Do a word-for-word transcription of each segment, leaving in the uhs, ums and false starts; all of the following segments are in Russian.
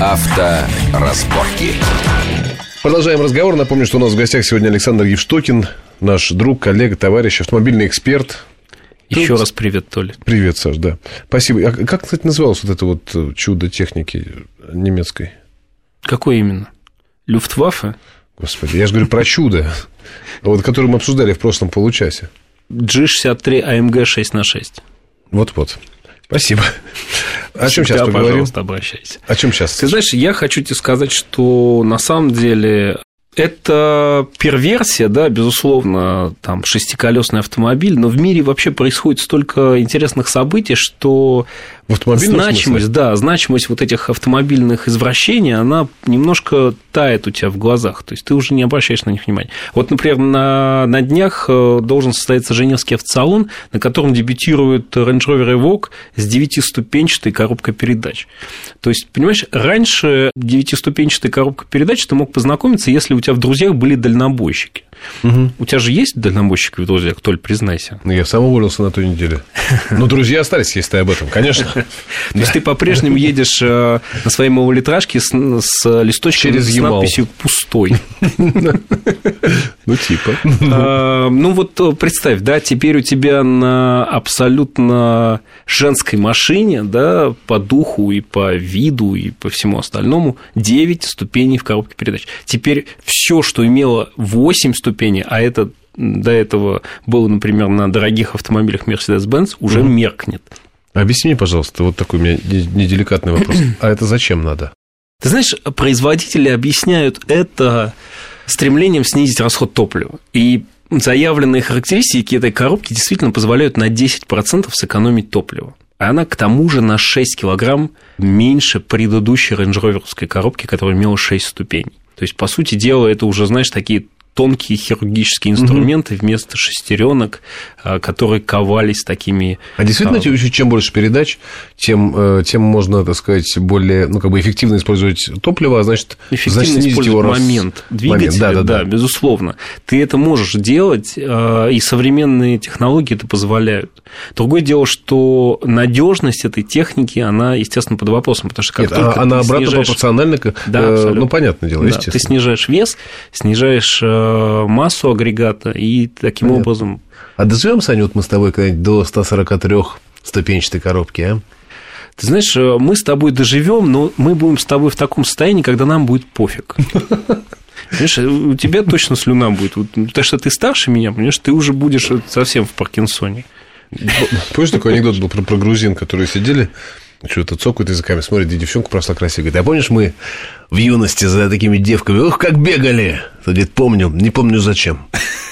Авторазборки. Продолжаем разговор. Напомню, что у нас в гостях сегодня Александр Евштокин, наш друг, коллега, товарищ, автомобильный эксперт. Еще Тут... раз привет, Толя. Привет, Саш, да. Спасибо. А как, кстати, называлось вот это вот чудо техники немецкой? Какое именно? Люфтваффе? Господи, я же говорю про чудо, вот, которое мы обсуждали в прошлом получасе. джи шестьдесят три эй эм джи шесть на шесть. Вот-вот. Спасибо. О чем Всегда, сейчас поговорим? пожалуйста, обращайся. О чем сейчас? Ты знаешь, я хочу тебе сказать, что на самом деле это перверсия, да, безусловно, там шестиколесный автомобиль, но в мире вообще происходит столько интересных событий, что значимость, смысле? да, значимость вот этих автомобильных извращений, она немножко тает у тебя в глазах, то есть ты уже не обращаешь на них внимания. Вот, например, на, на днях должен состояться женевский автосалон, на котором дебютирует Range Rover Evoque с девятиступенчатой коробкой передач. То есть, понимаешь, раньше девятиступенчатой коробкой передач ты мог познакомиться, если у тебя в друзьях были дальнобойщики. Угу. У тебя же есть дальнобойщики в друзьях, Толь, признайся. Я сам уволился на той неделе. Но друзья остались, если ты об этом, конечно. То есть ты по-прежнему едешь на своей малолитражке с листочком с надписью «пустой». Ну, типа. Ну, вот представь, да, теперь у тебя на абсолютно женской машине, да, по духу и по виду и по всему остальному девять ступеней в коробке передач. Теперь все, что имело восемь ступеней, а это до этого было, например, на дорогих автомобилях Mercedes-Benz, уже mm-hmm. меркнет. Объясни, пожалуйста, вот такой у меня неделикатный вопрос. А это зачем надо? Ты знаешь, производители объясняют это стремлением снизить расход топлива. И заявленные характеристики этой коробки действительно позволяют на десять процентов сэкономить топливо. А она, к тому же, на шесть килограмм меньше предыдущей рейндж-роверовской коробки, которая имела шесть ступеней. То есть, по сути дела, это уже, знаешь, такие тонкие хирургические инструменты угу. вместо шестеренок, которые ковались такими. А действительно, чем больше передач, тем, тем можно, так сказать, более, ну, как бы эффективно использовать топливо, а значит, эффективно снизить использовать его момент двигателя, да, да, да, да, безусловно. Ты это можешь делать, и современные технологии это позволяют. Другое дело, что надежность этой техники, она, естественно, под вопросом, потому что как Нет, только она ты обратно снижаешь... пропорциональна, да, ну, понятное дело, да, естественно. Ты снижаешь вес, снижаешь массу агрегата, и таким Понятно. образом... А доживем, Саня, вот мы с тобой когда-нибудь до ста сорока трёх ступенчатой коробки, а? Ты знаешь, мы с тобой доживем, но мы будем с тобой в таком состоянии, когда нам будет пофиг. Понимаешь, у тебя точно слюна будет. Потому что ты старше меня, понимаешь, ты уже будешь совсем в Паркинсоне. Помнишь, такой анекдот был про, про грузин, которые сидели, что-то цокают языками, смотрят, где девчонка прошла красиво. Говорит, а помнишь, мы в юности за такими девками, ух, как бегали? Тот говорит, помню, не помню зачем.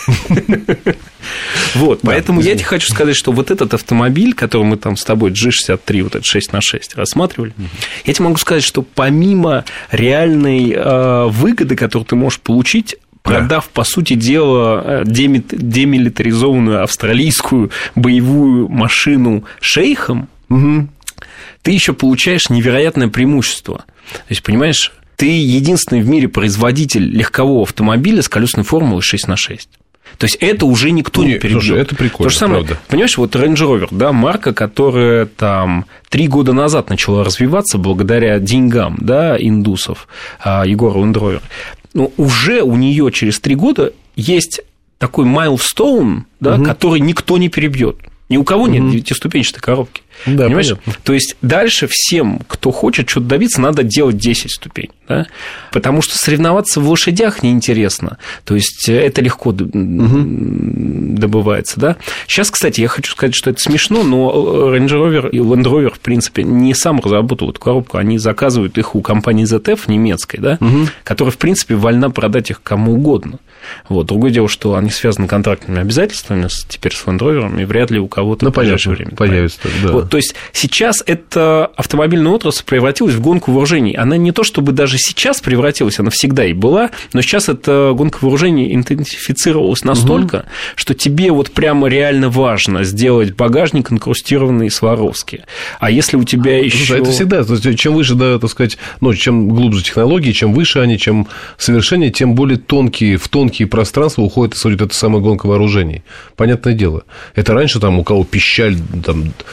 Вот, поэтому я тебе хочу сказать, что вот этот автомобиль, который мы там с тобой, джи шестьдесят три, вот этот шесть на шесть рассматривали, я тебе могу сказать, что помимо реальной выгоды, которую ты можешь получить, продав, да. по сути дела, демилитаризованную австралийскую боевую машину шейхам, угу. ты еще получаешь невероятное преимущество. То есть, понимаешь, ты единственный в мире производитель легкового автомобиля с колесной формулой шесть на шесть. То есть, это уже никто не, не перебьёт. Слушай, это прикольно, То же самое, правда. Понимаешь, вот Range Rover, да, марка, которая там три года назад начала развиваться благодаря деньгам, да, индусов, Егора Land Rover. Ну, уже у нее через три года есть такой майлстоун, да, угу. который никто не перебьет. Ни у кого нет девятиступенчатой коробки. Да, понимаешь? Понятно. То есть дальше всем, кто хочет что-то добиться, надо делать десять ступеней. Да? Потому что соревноваться в лошадях неинтересно. То есть это легко угу. добывается. Да? Сейчас, кстати, я хочу сказать, что это смешно, но Range Rover и Land Rover, в принципе, не сам разработал эту коробку. Они заказывают их у компании зет эф немецкой, да? угу. которая, в принципе, вольна продать их кому угодно. Вот. Другое дело, что они связаны контрактными обязательствами теперь с Land Rover, и вряд ли у кого-то ну, в ближайшее время появится. Да. Вот, то есть сейчас эта автомобильная отрасль превратилась в гонку вооружений. Она не то чтобы даже сейчас превратилась, она всегда и была, но сейчас эта гонка вооружений интенсифицировалась настолько, угу. что тебе вот прямо реально важно сделать багажник инкрустированный Сваровски. А если у тебя еще... Это всегда, то есть, чем выше, да, так сказать, ну, чем глубже технологии, чем выше они, чем совершеннее, тем более тонкие, в тонкие пространства уходит, и эта самая гонка вооружений. Понятное дело. Это раньше там у кого пищаль там, дальше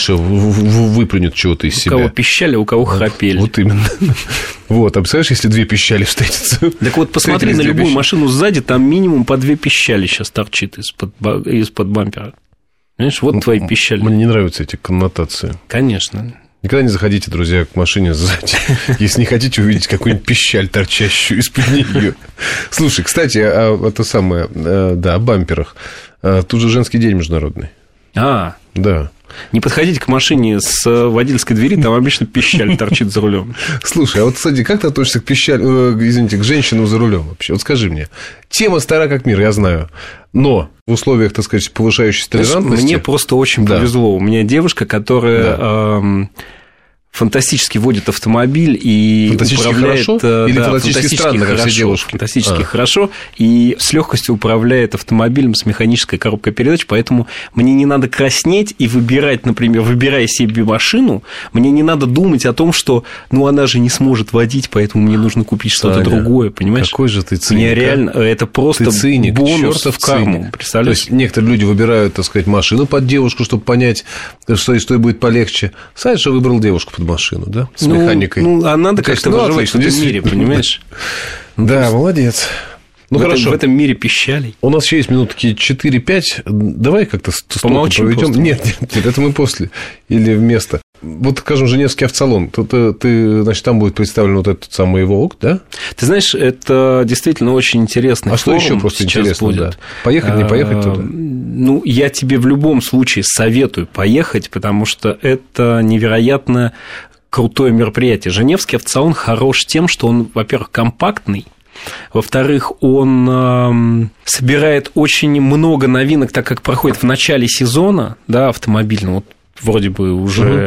дальше выплюнет чего-то из у себя. У кого пищали, у кого храпели. Вот именно. Вот, а представляешь, если две пищали встретятся? Так вот, посмотри на любую машину сзади, там минимум по две пищали сейчас торчит из-под, из-под бампера. Понимаешь, вот твои пищали. Мне не нравятся эти коннотации. Конечно. Никогда не заходите, друзья, к машине сзади, если не хотите увидеть какую-нибудь пищаль, торчащую из-под нее. Слушай, кстати, а это самое, да, о бамперах. Тут же женский день международный. А, да. Не подходите к машине с водительской двери, там обычно пищаль торчит за рулем. Слушай, а вот, кстати, как ты относишься к пищаль, извините, к женщинам за рулем вообще? Вот скажи мне. Тема стара как мир, я знаю. Но в условиях, так сказать, повышающейся толерантности... Мне просто очень да. повезло. У меня девушка, которая... Да. Эм... фантастически водит автомобиль и фантастически управляет... Хорошо? Или да, фантастически, фантастически странно, хорошо, как все девушки? Фантастически а. хорошо, и с легкостью управляет автомобилем с механической коробкой передач, поэтому мне не надо краснеть и выбирать, например, выбирая себе машину, мне не надо думать о том, что, ну, она же не сможет водить, поэтому мне нужно купить что-то Таня, другое, понимаешь? Какой же ты циник. Мне реально, это просто циник, бонус в карму, представляешь? То есть, некоторые люди выбирают, так сказать, машину под девушку, чтобы понять, что, что ей будет полегче. Саня выбрал девушку под машину, да? С ну, механикой. Ну, а надо как-то ну, выживать отлично, в этом мире, понимаешь? Да, просто... молодец. Ну, в, хорошо. Этом, в этом мире пищалей. У нас еще есть минутки четыре-пять. Давай как-то помолчим проведем. Нет, нет, нет, это мы после. Или вместо. Вот, скажем, Женевский автосалон. Тут ты, значит, там будет представлен вот этот самый Evoque, да? Ты знаешь, это действительно очень интересный а форум. А что еще просто интересно? Будет. Да. Поехать, не поехать туда? Ну, я тебе в любом случае советую поехать, потому что это невероятно крутое мероприятие. Женевский автосалон хорош тем, что он, во-первых, компактный, во-вторых, он э, собирает очень много новинок, так как проходит в начале сезона, да, автомобильного, вот вроде бы уже угу.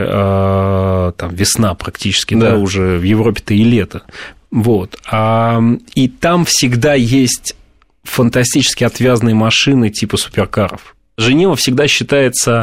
э, там весна практически, да. да, уже в Европе-то и лето, вот, а, и там всегда есть фантастически отвязные машины типа суперкаров. Женева всегда считается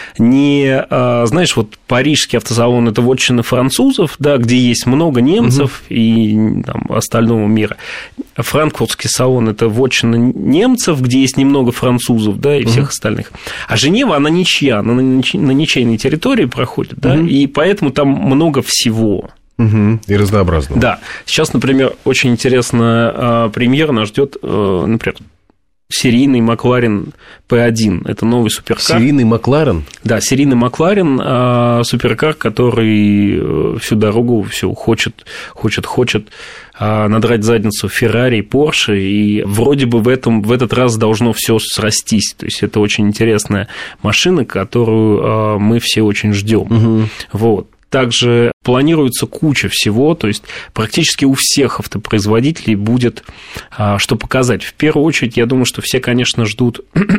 не, знаешь, вот парижский автосалон – это вотчина французов, да, где есть много немцев угу. и там, остального мира. Франкфуртский салон – это вотчина немцев, где есть немного французов, да, и угу. всех остальных. А Женева, она ничья, она на ничейной территории проходит, да, угу. и поэтому там много всего. Угу. И разнообразного. Да. Сейчас, например, очень интересная премьера нас ждет, например, серийный Макларен пи один. Это новый суперкар. Серийный Макларен? Да, серийный Макларен, суперкар, который всю дорогу все хочет, хочет, хочет надрать задницу Феррари, Порше, и вроде бы в, этом, в этот раз должно все срастись. То есть это очень интересная машина, которую мы все очень ждем. Угу. Вот. Также планируется куча всего, то есть практически у всех автопроизводителей будет что показать. В первую очередь, я думаю, что все, конечно, ждут...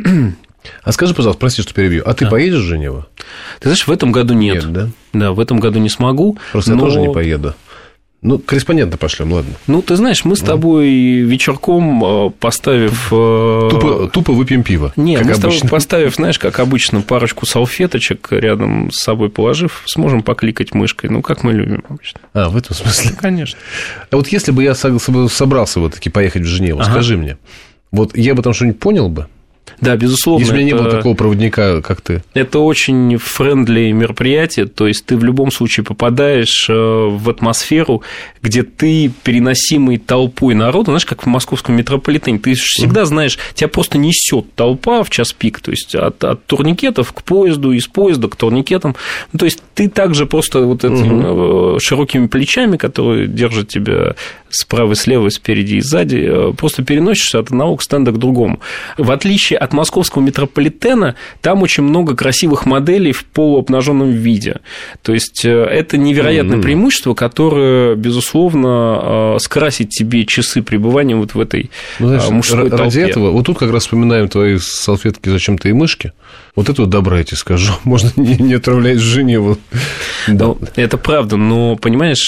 А скажи, пожалуйста, прости, что перебью, а ты да. поедешь в Женеву? Ты знаешь, в этом году нет. Нет, да? Да, в этом году не смогу. Просто но... я тоже не поеду. Ну, корреспондента пошлем, ладно. Ну, ты знаешь, мы с тобой вечерком, поставив... Тупо, тупо выпьем пиво. Нет, как мы обычно. с тобой поставив, знаешь, как обычно, парочку салфеточек рядом с собой положив, сможем покликать мышкой. Ну, как мы любим обычно. А, в этом смысле? Ну, конечно. А вот если бы я собрался вот таки поехать в Женеву, ага. скажи мне, вот я бы там что-нибудь понял бы? Да, безусловно. Если у меня это... не было такого проводника, как ты. Это очень френдли мероприятие, то есть ты в любом случае попадаешь в атмосферу, где ты переносимый толпой народа, знаешь, как в московском метрополитене, ты всегда знаешь, тебя просто несет толпа в час пик, то есть от, от турникетов к поезду, из поезда к турникетам, ну, то есть ты также просто вот этими угу. широкими плечами, которые держат тебя справа, слева, спереди и сзади, просто переносишься от одного к стенда к другому. В отличие от московского метрополитена, там очень много красивых моделей в полуобнаженном виде. То есть это невероятное mm-hmm. преимущество, которое, безусловно, скрасит тебе часы пребывания вот в этой ну, знаешь, мужской толпе. Ради этого, вот тут как раз вспоминаем твои салфетки «Зачем-то и мышки». Вот это вот добра, я тебе скажу. Можно не, не отправлять Женеву. Да. Это правда, но, понимаешь...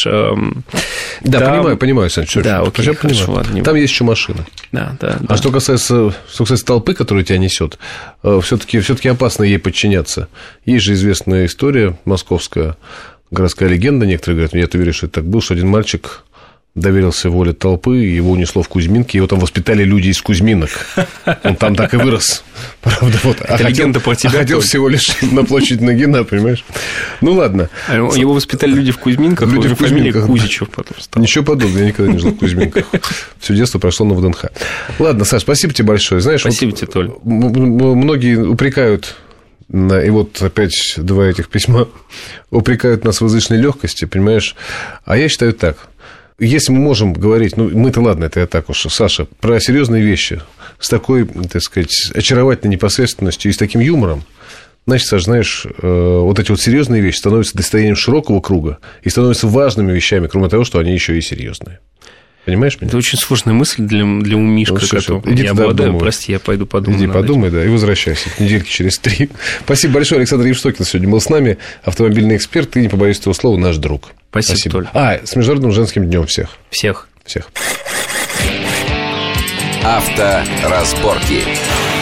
Да, там... понимаю, понимаю, Сань, все, да, окей, понимаю. Хорошо, ладно, там есть еще машина. Да, да, а да. что касается, что касается толпы, которая тебя несет, все-таки все-таки опасно ей подчиняться. Есть же известная история московская, городская легенда, некоторые говорят, я-то верю, что это так было, что один мальчик доверился воле толпы, его унесло в Кузьминки, его там воспитали люди из Кузьминок. Он там так и вырос. Правда, вот. Это а легенда хотел, про тебя. А хотел всего лишь на площадь Нагина, понимаешь? Ну, ладно. Его воспитали люди в Кузьминках, люди в Кузьминках. Кузичев потом стал. Ничего подобного, я никогда не жил в Кузьминках. Все детство прошло на ВДНХ. Ладно, Саш, спасибо тебе большое. Знаешь, спасибо вот тебе, Толь. Многие упрекают, и вот опять два этих письма, упрекают нас в излишней легкости, понимаешь? А я считаю так. Если мы можем говорить, ну, мы-то ладно, это я так уж, Саша, про серьезные вещи с такой, так сказать, очаровательной непосредственностью и с таким юмором, значит, Саша, знаешь, вот эти вот серьезные вещи становятся достоянием широкого круга и становятся важными вещами, кроме того, что они еще и серьезные. Понимаешь меня? Это очень сложная мысль для, для умишка, ну, которого иди я обладаю. Прости, я пойду подумаю. Иди подумай, этим. Да, и возвращайся. Недельки через три. Спасибо большое. Александр Евштокин сегодня был с нами. Автомобильный эксперт и, не побоюсь этого слова, наш друг. Спасибо, Спасибо. Толь. А, с Международным женским днем всех. Всех. Всех. Авторазборки.